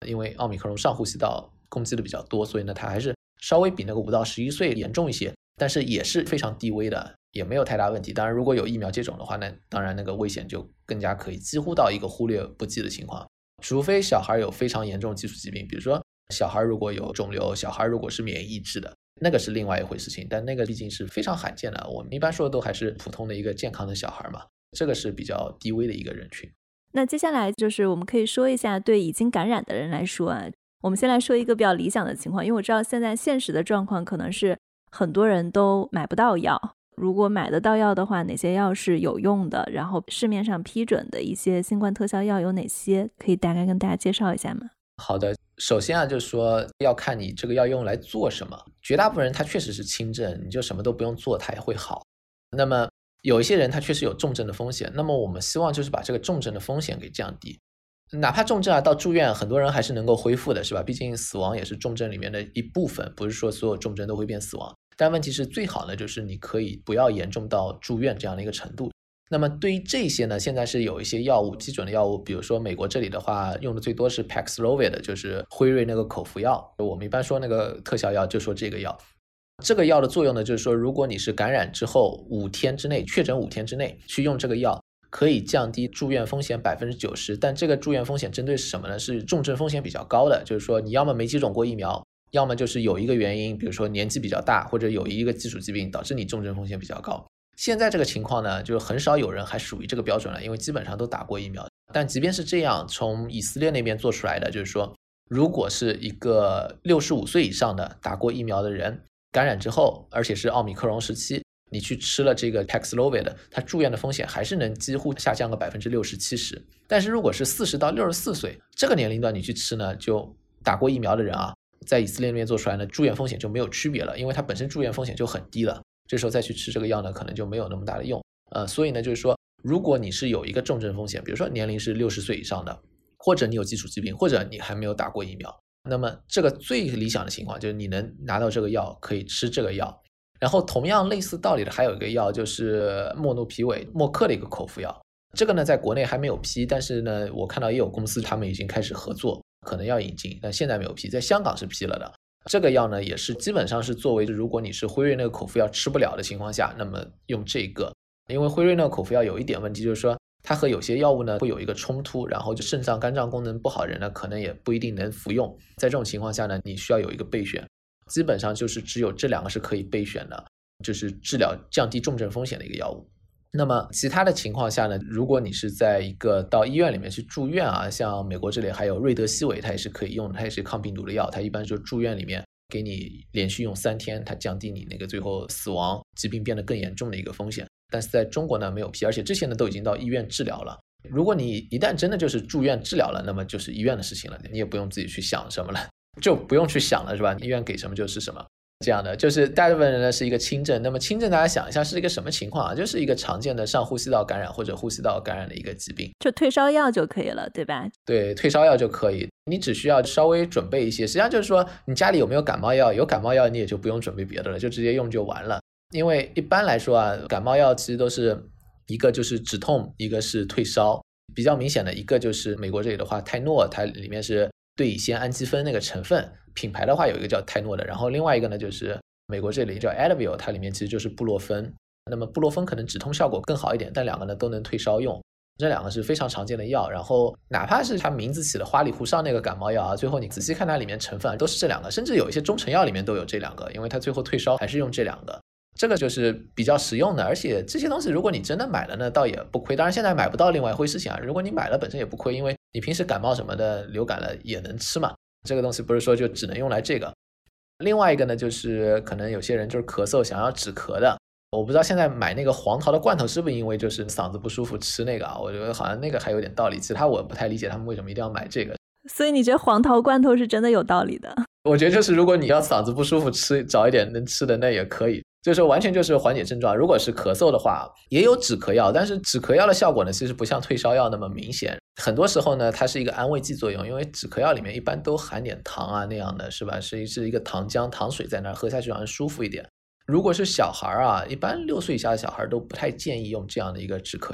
因为奥密克戎上呼吸道攻击的比较多，所以呢它还是稍微比那个五到十一岁严重一些，但是也是非常低危的，也没有太大问题。当然如果有疫苗接种的话呢，当然那个危险就更加可以几乎到一个忽略不计的情况，除非小孩有非常严重的基础疾病，比如说小孩如果有肿瘤，小孩如果是免疫抑制的，那个是另外一回事情，但那个毕竟是非常罕见的，我们一般说的都还是普通的一个健康的小孩嘛，这个是比较低危的一个人群。 那接下来就是我们可以说一下对已经感染的人来说啊，我们先来说一个比较理想的情况，因为我知道现在现实的状况可能是很多人都买不到药，如果买得到药的话，哪些药是有用的，然后市面上批准的一些新冠特效药有哪些，可以大概跟大家介绍一下吗？ 好的，首先啊，就是说要看你这个药用来做什么，绝大部分人他确实是轻症，你就什么都不用做他也会好，那么有一些人他确实有重症的风险，那么我们希望就是把这个重症的风险给降低，哪怕重症啊到住院很多人还是能够恢复的，是吧？毕竟死亡也是重症里面的一部分，不是说所有重症都会变死亡，但问题是最好呢就是你可以不要严重到住院这样的一个程度。那么对于这些呢，现在是有一些药物，基准的药物，比如说美国这里的话用的最多是 Paxlovid， 就是辉瑞那个口服药，我们一般说那个特效药就说这个药。这个药的作用呢，就是说如果你是感染之后五天之内，确诊五天之内去用这个药，可以降低住院风险 百分之九十， 但这个住院风险针对是什么呢？是重症风险比较高的，就是说你要么没接种过疫苗，要么就是有一个原因，比如说年纪比较大，或者有一个基础疾病导致你重症风险比较高。现在这个情况呢，就很少有人还属于这个标准了，因为基本上都打过疫苗。但即便是这样，从以色列那边做出来的就是说，如果是一个六十五岁以上的打过疫苗的人感染之后，而且是奥密克戎时期，你去吃了这个 Paxlovid， 它住院的风险还是能几乎下降个 百分之六十到七十。 但是如果是四十到六十四岁这个年龄段你去吃呢，就打过疫苗的人啊，在以色列那边做出来呢，住院风险就没有区别了，因为它本身住院风险就很低了，这时候再去吃这个药呢，可能就没有那么大的用。呃，所以呢，就是说，如果你是有一个重症风险，比如说年龄是六十岁以上的，或者你有基础疾病，或者你还没有打过疫苗，那么这个最理想的情况就是你能拿到这个药，可以吃这个药。然后同样类似道理的还有一个药，就是莫诺皮韦默克的一个口服药，这个呢在国内还没有批，但是呢我看到也有公司他们已经开始合作，可能要引进，但现在没有批，在香港是批了的。这个药呢也是基本上是作为如果你是辉瑞那个口服药吃不了的情况下，那么用这个，因为辉瑞那个口服药有一点问题，就是说它和有些药物呢会有一个冲突，然后就肾脏肝脏功能不好的人呢可能也不一定能服用，在这种情况下呢你需要有一个备选，基本上就是只有这两个是可以备选的，就是治疗降低重症风险的一个药物。那么其他的情况下呢，如果你是在一个到医院里面去住院啊，像美国这里还有瑞德西韦，它也是可以用的，它也是抗病毒的药，它一般就住院里面给你连续用三天，它降低你那个最后死亡疾病变得更严重的一个风险。但是在中国呢没有批，而且这些呢都已经到医院治疗了，如果你一旦真的就是住院治疗了，那么就是医院的事情了，你也不用自己去想什么了，就不用去想了，是吧？医院给什么就是什么，这样的。就是大部分人呢是一个轻症，那么轻症大家想一下是一个什么情况啊？就是一个常见的上呼吸道感染或者呼吸道感染的一个疾病， 就退烧药就可以了，对吧？ 对，退烧药就可以，你只需要稍微准备一些，实际上就是说你家里有没有感冒药，有感冒药你也就不用准备别的了，就直接用就完了。因为一般来说啊，感冒药其实都是一个就是止痛，一个是退烧，比较明显的一个就是美国这里的话泰诺，它里面是对乙酰氨基酚那个成分，品牌的话有一个叫泰诺的，然后另外一个呢就是美国这里叫 Advil， 它里面其实就是布洛芬，那么布洛芬可能止痛效果更好一点，但两个呢都能退烧用，这两个是非常常见的药。然后哪怕是它名字起的花里胡哨那个感冒药啊，最后你仔细看它里面成分都是这两个，甚至有一些中成药里面都有这两个，因为它最后退烧还是用这两个，这个就是比较实用的。而且这些东西如果你真的买了呢倒也不亏，当然现在买不到另外一回事情啊，如果你买了本身也不亏，因为你平时感冒什么的流感了也能吃嘛，这个东西不是说就只能用来这个。另外一个呢就是可能有些人就是咳嗽想要止咳的，我不知道现在买那个黄桃的罐头是不是因为就是嗓子不舒服吃那个啊，我觉得好像那个还有点道理，其他我不太理解他们为什么一定要买这个。 所以你觉得黄桃罐头是真的有道理的？ 我觉得就是如果你要嗓子不舒服吃找一点能吃的那也可以，就是完全就是缓解症状。如果是咳嗽的话也有止咳药，但是止咳药的效果呢其实不像退烧药那么明显，很多时候呢它是一个安慰剂作用，因为止咳药里面一般都含点糖啊那样的，是吧？是是一个糖浆糖水在那儿喝下去让人舒服一点。如果是小孩啊，一般六岁以下的小孩都不太建议用这样的一个止咳药，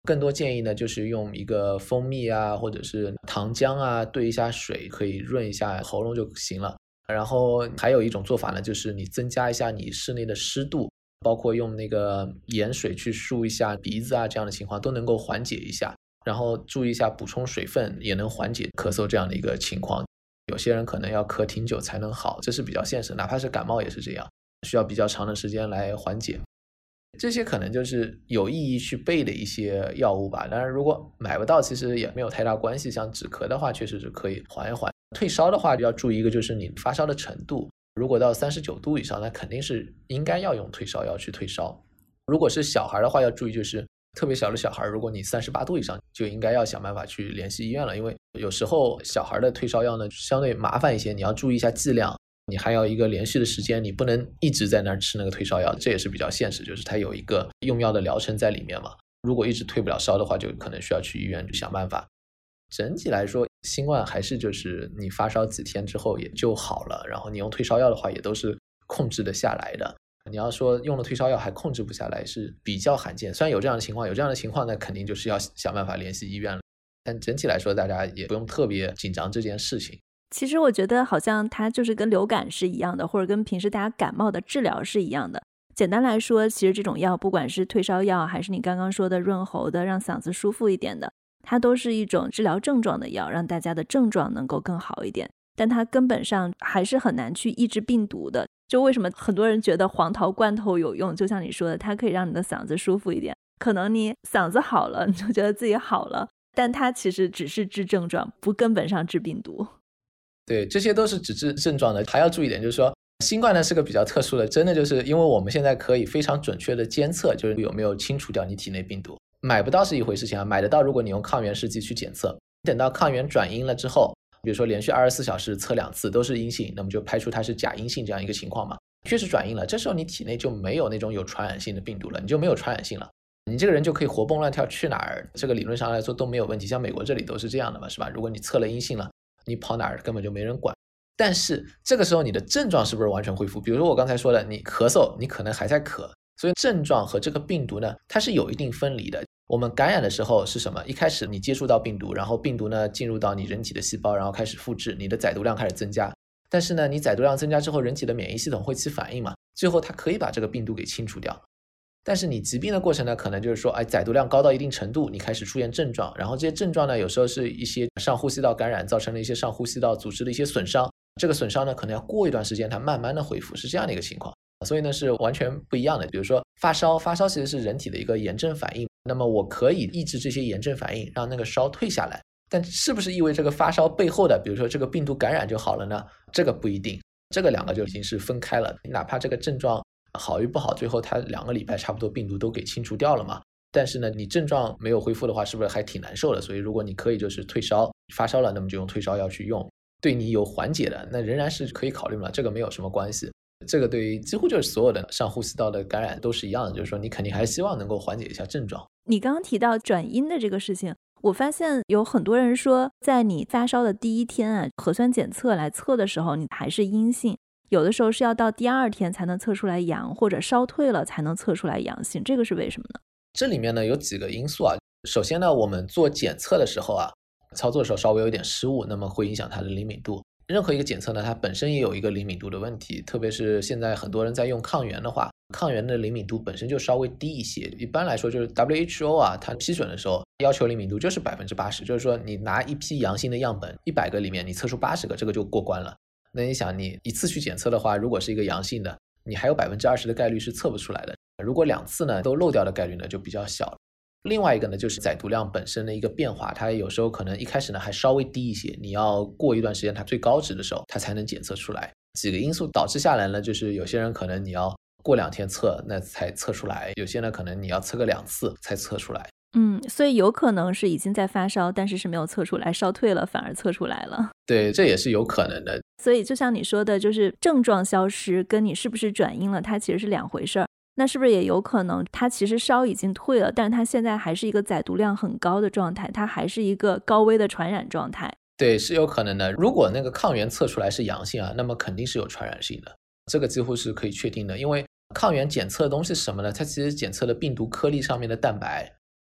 更多建议呢就是用一个蜂蜜啊或者是糖浆啊兑一下水，可以润一下喉咙就行了。然后还有一种做法呢，就是你增加一下你室内的湿度，包括用那个盐水去漱一下鼻子啊，这样的情况都能够缓解一下。然后注意一下补充水分，也能缓解咳嗽这样的一个情况。有些人可能要咳挺久才能好，这是比较现实，哪怕是感冒也是这样，需要比较长的时间来缓解。这些可能就是有意义去备的一些药物吧。当然如果买不到其实也没有太大关系，像止咳的话确实是可以缓一缓。退烧的话要注意一个，就是你发烧的程度，如果到三十九度以上，那肯定是应该要用退烧药去退烧。如果是小孩的话要注意，就是特别小的小孩，如果你三十八度以上就应该要想办法去联系医院了，因为有时候小孩的退烧药呢相对麻烦一些，你要注意一下剂量，你还要一个连续的时间，你不能一直在那儿吃那个退烧药，这也是比较现实，就是它有一个用药的疗程在里面嘛。如果一直退不了烧的话，就可能需要去医院去想办法。整体来说新冠还是就是你发烧几天之后也就好了，然后你用退烧药的话也都是控制得下来的。你要说用了退烧药还控制不下来是比较罕见，虽然有这样的情况，有这样的情况呢肯定就是要想办法联系医院了，但整体来说大家也不用特别紧张这件事情。 其实我觉得好像它就是跟流感是一样的，或者跟平时大家感冒的治疗是一样的。简单来说，其实这种药不管是退烧药还是你刚刚说的润喉的让嗓子舒服一点的，它都是一种治疗症状的药，让大家的症状能够更好一点，但它根本上还是很难去抑制病毒的。就为什么很多人觉得黄桃罐头有用，就像你说的，它可以让你的嗓子舒服一点，可能你嗓子好了你就觉得自己好了，但它其实只是治症状，不根本上治病毒。 对，这些都是只治症状的。还要注意一点，就是说新冠呢是个比较特殊的，真的就是因为我们现在可以非常准确的监测就是有没有清除掉你体内病毒。买不到是一回事情啊，买得到如果你用抗原试剂去检测，等到抗原转阴了之后，比如说连续二十四小时测两次都是阴性，那么就排除它是假阴性这样一个情况嘛，确实转阴了，这时候你体内就没有那种有传染性的病毒了，你就没有传染性了，你这个人就可以活蹦乱跳，去哪儿这个理论上来说都没有问题，像美国这里都是这样的嘛，是吧？如果你测了阴性了，你跑哪儿根本就没人管。但是这个时候你的症状是不是完全恢复？比如说我刚才说的，你咳嗽你可能还在咳，所以症状和这个病毒呢它是有一定分离的。我们感染的时候是什么？一开始你接触到病毒，然后病毒呢进入到你人体的细胞，然后开始复制，你的载毒量开始增加。但是呢你载毒量增加之后，人体的免疫系统会起反应嘛，最后它可以把这个病毒给清除掉。但是你疾病的过程呢，可能就是说哎，载毒量高到一定程度，你开始出现症状，然后这些症状呢有时候是一些上呼吸道感染造成了一些上呼吸道组织的一些损伤，这个损伤呢可能要过一段时间它慢慢的恢复，是这样的一个情况。所以呢是完全不一样的。比如说发烧，发烧其实是人体的一个炎症反应，那么我可以抑制这些炎症反应，让那个烧退下来，但是不是意味这个发烧背后的比如说这个病毒感染就好了呢？这个不一定，这个两个就已经是分开了。哪怕这个症状好与不好，最后它两个礼拜差不多病毒都给清除掉了嘛，但是呢你症状没有恢复的话，是不是还挺难受的？所以如果你可以就是退烧，发烧了那么就用退烧药去用，对你有缓解的那仍然是可以考虑嘛，这个没有什么关系。这个对于几乎就是所有的上呼吸道的感染都是一样的，就是说你肯定还是希望能够缓解一下症状。 你刚刚提到转阴的这个事情，我发现有很多人说在你发烧的第一天啊，核酸检测来测的时候你还是阴性，有的时候是要到第二天才能测出来阳，或者烧退了才能测出来阳性，这个是为什么呢？ 这里面呢有几个因素啊。首先呢我们做检测的时候啊，操作的时候稍微有点失误，那么会影响它的灵敏度。任何一个检测呢它本身也有一个灵敏度的问题，特别是现在很多人在用抗原的话，抗原的灵敏度本身就稍微低一些。一般来说就是 W H O 啊，它批准的时候要求灵敏度就是 百分之八十， 就是说你拿一批阳性的样本一百个里面你测出八十个，这个就过关了。那你想你一次去检测的话，如果是一个阳性的，你还有 百分之二十 的概率是测不出来的，如果两次呢都漏掉的概率呢就比较小了。另外一个呢就是载毒量本身的一个变化，它有时候可能一开始呢还稍微低一些，你要过一段时间它最高值的时候它才能检测出来。几个因素导致下来呢，就是有些人可能你要过两天测那才测出来，有些呢可能你要测个两次才测出来。 嗯，所以有可能是已经在发烧，但是是没有测出来，烧退了反而测出来了。 对，这也是有可能的。 所以就像你说的，就是症状消失跟你是不是转阴了它其实是两回事儿。那是不是也有可能它其实烧已经退了，但是它现在还是一个载毒量很高的状态，它还是一个高危的传染状态？ 对，是有可能的。如果那个抗原测出来是阳性啊，那么肯定是有传染性的，这个几乎是可以确定的。因为抗原检测的东西是什么呢？它其实检测的病毒颗粒上面的蛋白，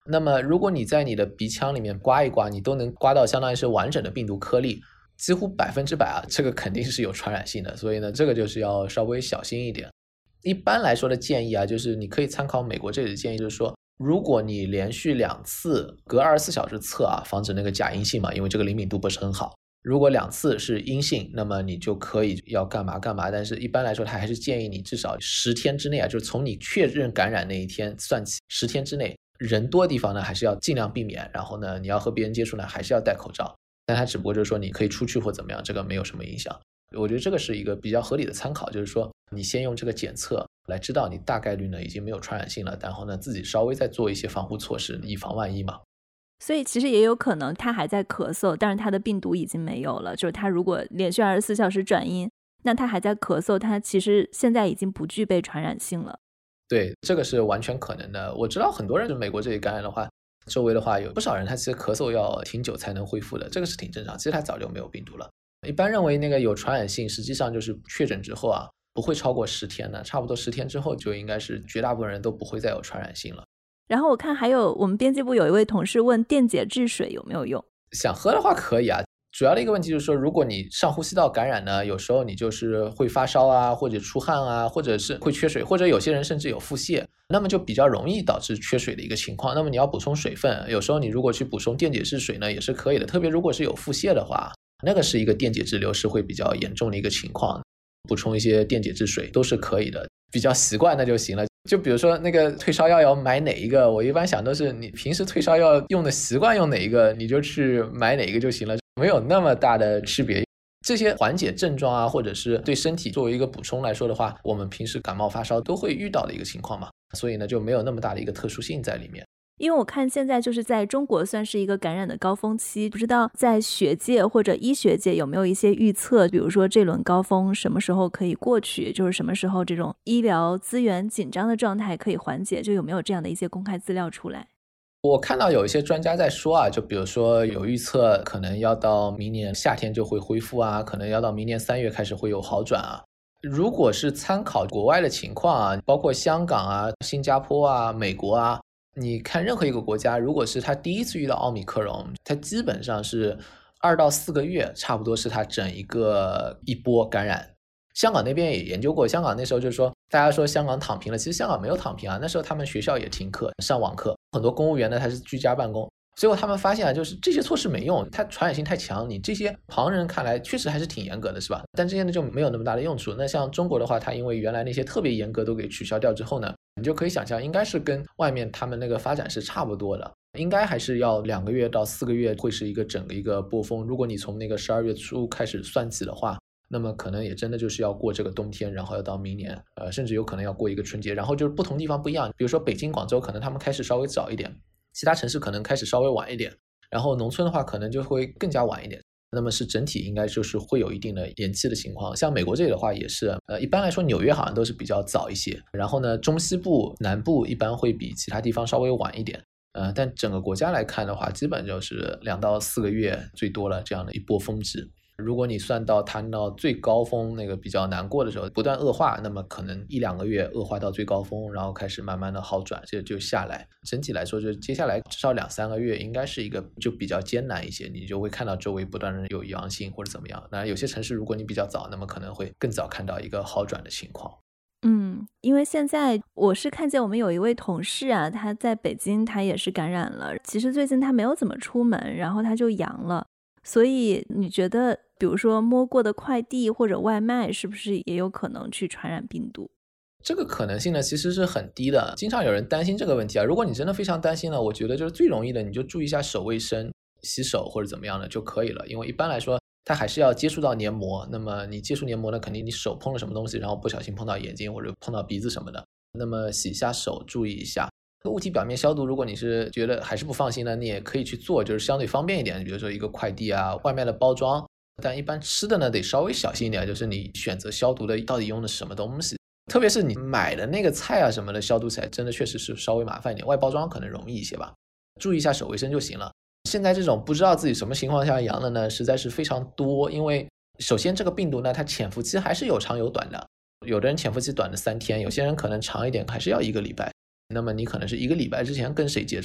那么如果你在你的鼻腔里面刮一刮，你都能刮到相当于是完整的病毒颗粒，几乎百分之百啊，这个肯定是有传染性的，所以呢，这个就是要稍微小心一点。一般来说的建议啊，就是你可以参考美国这里的建议，就是说，如果你连续两次隔二十四小时测啊，防止那个假阴性嘛，因为这个灵敏度不是很好。如果两次是阴性，那么你就可以要干嘛干嘛。但是一般来说，他还是建议你至少十天之内啊，就是从你确认感染那一天算起，十天之内，人多的地方呢还是要尽量避免。然后呢，你要和别人接触呢，还是要戴口罩。但它只不过就是说你可以出去或怎么样，这个没有什么影响。我觉得这个是一个比较合理的参考，就是说你先用这个检测来知道你大概率呢已经没有传染性了，然后呢自己稍微再做一些防护措施，以防万一嘛。 所以其实也有可能他还在咳嗽，但是他的病毒已经没有了，就是他如果连续二十四小时转阴，那他还在咳嗽，他其实现在已经不具备传染性了。 对，这个是完全可能的。我知道很多人美国这里感染的话，周围的话有不少人他其实咳嗽要挺久才能恢复的，这个是挺正常，其实他早就没有病毒了。一般认为那个有传染性，实际上就是确诊之后啊，不会超过十天的，差不多十天之后就应该是绝大部分人都不会再有传染性了。 然后我看还有我们编辑部有一位同事问电解质水有没有用， 想喝的话可以啊。主要的一个问题就是说，如果你上呼吸道感染呢，有时候你就是会发烧啊，或者出汗啊，或者是会缺水，或者有些人甚至有腹泻，那么就比较容易导致缺水的一个情况。那么你要补充水分，有时候你如果去补充电解质水呢，也是可以的。特别如果是有腹泻的话，那个是一个电解质流失会比较严重的一个情况，补充一些电解质水都是可以的，比较习惯那就行了。就比如说那个退烧药要买哪一个，我一般想都是你平时退烧药用的习惯用哪一个，你就去买哪一个就行了，没有那么大的区别。这些缓解症状啊，或者是对身体作为一个补充来说的话，我们平时感冒发烧都会遇到的一个情况嘛，所以呢就没有那么大的一个特殊性在里面。 因为我看现在就是在中国算是一个感染的高峰期，不知道在学界或者医学界有没有一些预测，比如说这轮高峰什么时候可以过去，就是什么时候这种医疗资源紧张的状态可以缓解，就有没有这样的一些公开资料出来？ 我看到有一些专家在说啊，就比如说有预测可能要到明年夏天就会恢复啊，可能要到明年三月开始会有好转啊。如果是参考国外的情况啊，包括香港啊、新加坡啊、美国啊，你看任何一个国家，如果是他第一次遇到奥密克戎，他基本上是二到四个月，差不多是他整一个一波感染。香港那边也研究过，香港那时候就是说，大家说香港躺平了，其实香港没有躺平啊，那时候他们学校也停课，上网课，很多公务员呢他是居家办公，结果他们发现啊，就是这些措施没用，它传染性太强，你这些旁人看来确实还是挺严格的，是吧？但这些呢就没有那么大的用处。那像中国的话，它因为原来那些特别严格都给取消掉之后呢，你就可以想象，应该是跟外面他们那个发展是差不多的，应该还是要两个月到四个月会是一个整个一个波峰。如果你从那个十二月初开始算起的话，那么可能也真的就是要过这个冬天，然后要到明年，呃，甚至有可能要过一个春节，然后就是不同地方不一样，比如说北京、广州可能他们开始稍微早一点，其他城市可能开始稍微晚一点，然后农村的话可能就会更加晚一点。那么是整体应该就是会有一定的延期的情况。像美国这里的话也是，呃，一般来说纽约好像都是比较早一些，然后呢中西部、南部一般会比其他地方稍微晚一点，呃，但整个国家来看的话，基本就是两到四个月最多了这样的一波峰值。如果你算到谈到最高峰那个比较难过的时候不断恶化，那么可能一两个月恶化到最高峰，然后开始慢慢的好转，这就下来。整体来说就接下来至少两三个月应该是一个就比较艰难一些，你就会看到周围不断的有阳性或者怎么样。当然有些城市如果你比较早，那么可能会更早看到一个好转的情况。 嗯，因为现在我是看见我们有一位同事啊，他在北京他也是感染了，其实最近他没有怎么出门，然后他就阳了。所以你觉得比如说摸过的快递或者外卖是不是也有可能去传染病毒？ 这个可能性呢其实是很低的，经常有人担心这个问题啊。如果你真的非常担心呢，我觉得就是最容易的，你就注意一下手卫生，洗手或者怎么样的就可以了。因为一般来说它还是要接触到黏膜，那么你接触黏膜呢，肯定你手碰了什么东西，然后不小心碰到眼睛或者碰到鼻子什么的，那么洗一下手，注意一下物体表面消毒。如果你是觉得还是不放心呢，你也可以去做，就是相对方便一点，比如说一个快递啊，外卖的包装。但一般吃的呢得稍微小心一点，就是你选择消毒的到底用的什么东西，特别是你买的那个菜啊什么的，消毒起来真的确实是稍微麻烦一点，外包装可能容易一些吧，注意一下手卫生就行了。现在这种不知道自己什么情况下阳的呢实在是非常多，因为首先这个病毒呢它潜伏期还是有长有短的，有的人潜伏期短的三天，有些人可能长一点还是要一个礼拜，那么你可能是一个礼拜之前跟谁接触，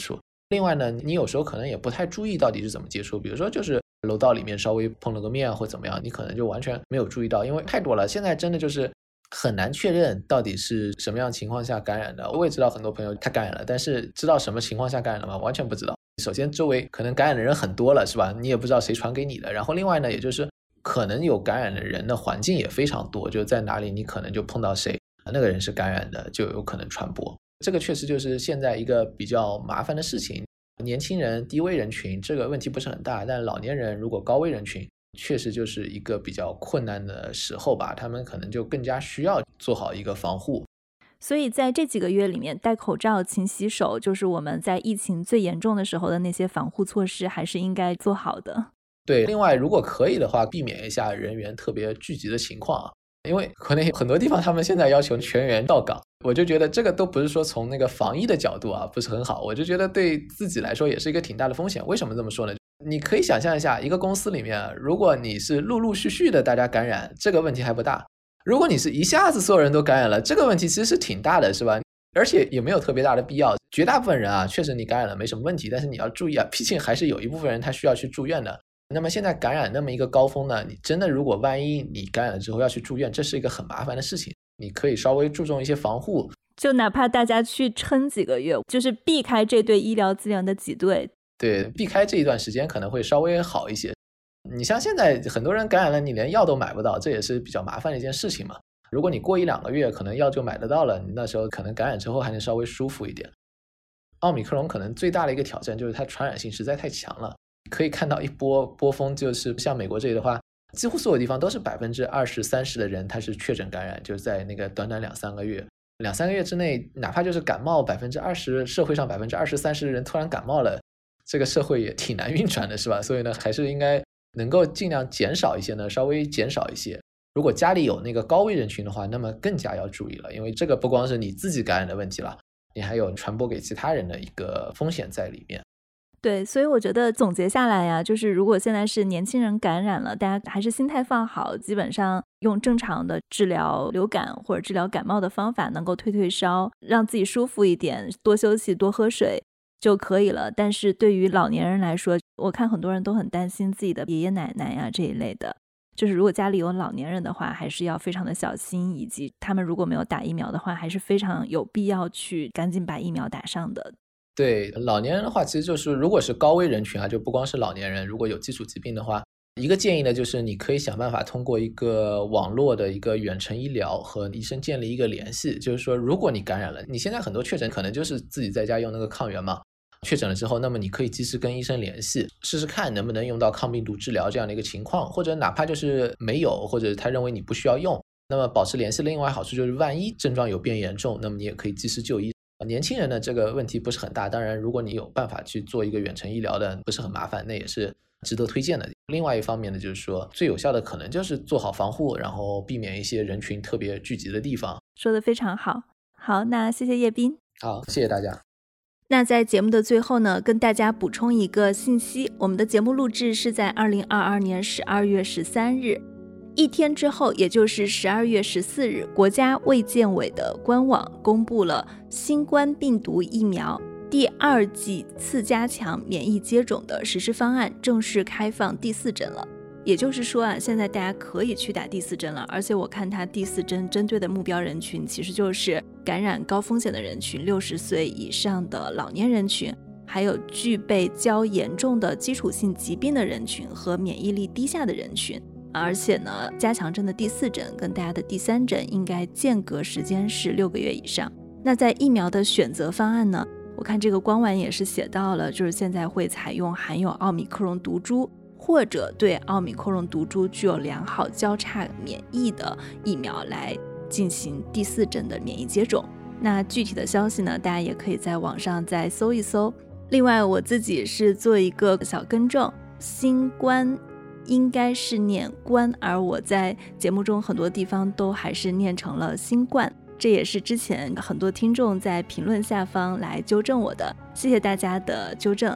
另外呢，你有时候可能也不太注意到底是怎么接触，比如说就是楼道里面稍微碰了个面或怎么样，你可能就完全没有注意到，因为太多了，现在真的就是很难确认到底是什么样情况下感染的。我也知道很多朋友他感染了，但是知道什么情况下感染了吗？完全不知道。首先周围可能感染的人很多了，是吧？你也不知道谁传给你的。然后另外呢，也就是可能有感染的人的环境也非常多，就在哪里你可能就碰到谁，那个人是感染的，就有可能传播。这个确实就是现在一个比较麻烦的事情。年轻人、低危人群这个问题不是很大，但老年人如果高危人群，确实就是一个比较困难的时候吧，他们可能就更加需要做好一个防护。 所以在这几个月里面，戴口罩、勤洗手，就是我们在疫情最严重的时候的那些防护措施，还是应该做好的。 对，另外如果可以的话，避免一下人员特别聚集的情况啊。因为可能很多地方他们现在要求全员到岗，我就觉得这个都不是说从那个防疫的角度啊不是很好，我就觉得对自己来说也是一个挺大的风险。为什么这么说呢？你可以想象一下，一个公司里面如果你是陆陆续续的大家感染，这个问题还不大，如果你是一下子所有人都感染了，这个问题其实是挺大的，是吧？而且也没有特别大的必要。绝大部分人啊确实你感染了没什么问题，但是你要注意啊，毕竟还是有一部分人他需要去住院的。那么现在感染那么一个高峰呢，你真的如果万一你感染了之后要去住院，这是一个很麻烦的事情。你可以稍微注重一些防护， 就哪怕大家去撑几个月，就是避开这对医疗资源的挤兑， 对，避开这一段时间可能会稍微好一些。你像现在很多人感染了，你连药都买不到，这也是比较麻烦的一件事情嘛。如果你过一两个月可能药就买得到了，你那时候可能感染之后还能稍微舒服一点。奥密克戎可能最大的一个挑战就是它传染性实在太强了，可以看到一波波峰，就是像美国这里的话，几乎所有地方都是百分之二十、三十的人他是确诊感染，就在那个短短两三个月，两三个月之内，哪怕就是感冒百分之二十，社会上百分之二十、三十的人突然感冒了，这个社会也挺难运转的，是吧？所以呢，还是应该能够尽量减少一些呢，稍微减少一些。如果家里有那个高危人群的话，那么更加要注意了，因为这个不光是你自己感染的问题了，你还有传播给其他人的一个风险在里面。 对，所以我觉得总结下来呀，就是如果现在是年轻人感染了，大家还是心态放好，基本上用正常的治疗流感或者治疗感冒的方法能够退退烧，让自己舒服一点，多休息多喝水就可以了。但是对于老年人来说，我看很多人都很担心自己的爷爷奶奶呀这一类的，就是如果家里有老年人的话，还是要非常的小心，以及他们如果没有打疫苗的话，还是非常有必要去赶紧把疫苗打上的。 对，老年人的话，其实就是如果是高危人群啊，就不光是老年人，如果有基础疾病的话，一个建议呢，就是你可以想办法通过一个网络的一个远程医疗和医生建立一个联系。就是说，如果你感染了，你现在很多确诊可能就是自己在家用那个抗原嘛，确诊了之后，那么你可以及时跟医生联系，试试看能不能用到抗病毒治疗这样的一个情况，或者哪怕就是没有，或者他认为你不需要用，那么保持联系的另外好处就是万一症状有变严重，那么你也可以及时就医。年轻人呢，这个问题不是很大，当然如果你有办法去做一个远程医疗的，不是很麻烦，那也是值得推荐的。另外一方面呢，就是说最有效的可能就是做好防护，然后避免一些人群特别聚集的地方。 说得非常好。好，那谢谢叶斌。 好，谢谢大家。 那在节目的最后呢，跟大家补充一个信息，我们的节目录制是在二零二二年十二月十三日，一天之后，也就是十二月十四日，国家卫健委的官网公布了新冠病毒疫苗第二剂次加强免疫接种的实施方案，正式开放第四针了。也就是说啊，现在大家可以去打第四针了，而且我看它第四针针对的目标人群其实就是感染高风险的人群，六十岁以上的老年人群，还有具备较严重的基础性疾病的人群和免疫力低下的人群。而且呢，加强针的第四针跟大家的第三针应该间隔时间是六个月以上。那在疫苗的选择方案呢，我看这个官网也是写到了，就是现在会采用含有奥密克戎毒株或者对奥密克戎毒株具有良好交叉免疫的疫苗来进行第四针的免疫接种。那具体的消息呢，大家也可以在网上再搜一搜。另外我自己是做一个小更正，新冠应该是念冠，而我在节目中很多地方都还是念成了新冠，这也是之前很多听众在评论下方来纠正我的，谢谢大家的纠正。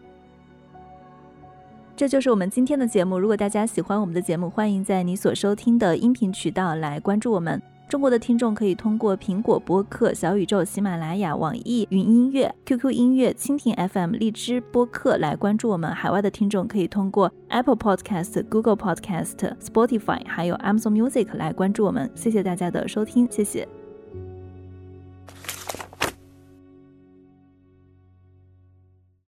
这就是我们今天的节目，如果大家喜欢我们的节目，欢迎在你所收听的音频渠道来关注我们。 中国的听众可以通过苹果播客、小宇宙、喜马拉雅、网易云音乐、Q Q 音乐、蜻蜓 F M、荔枝播客来关注我们。海外的听众可以通过 Apple Podcast、Google Podcast、Spotify 还有 Amazon Music 来关注我们。谢谢大家的收听，谢谢。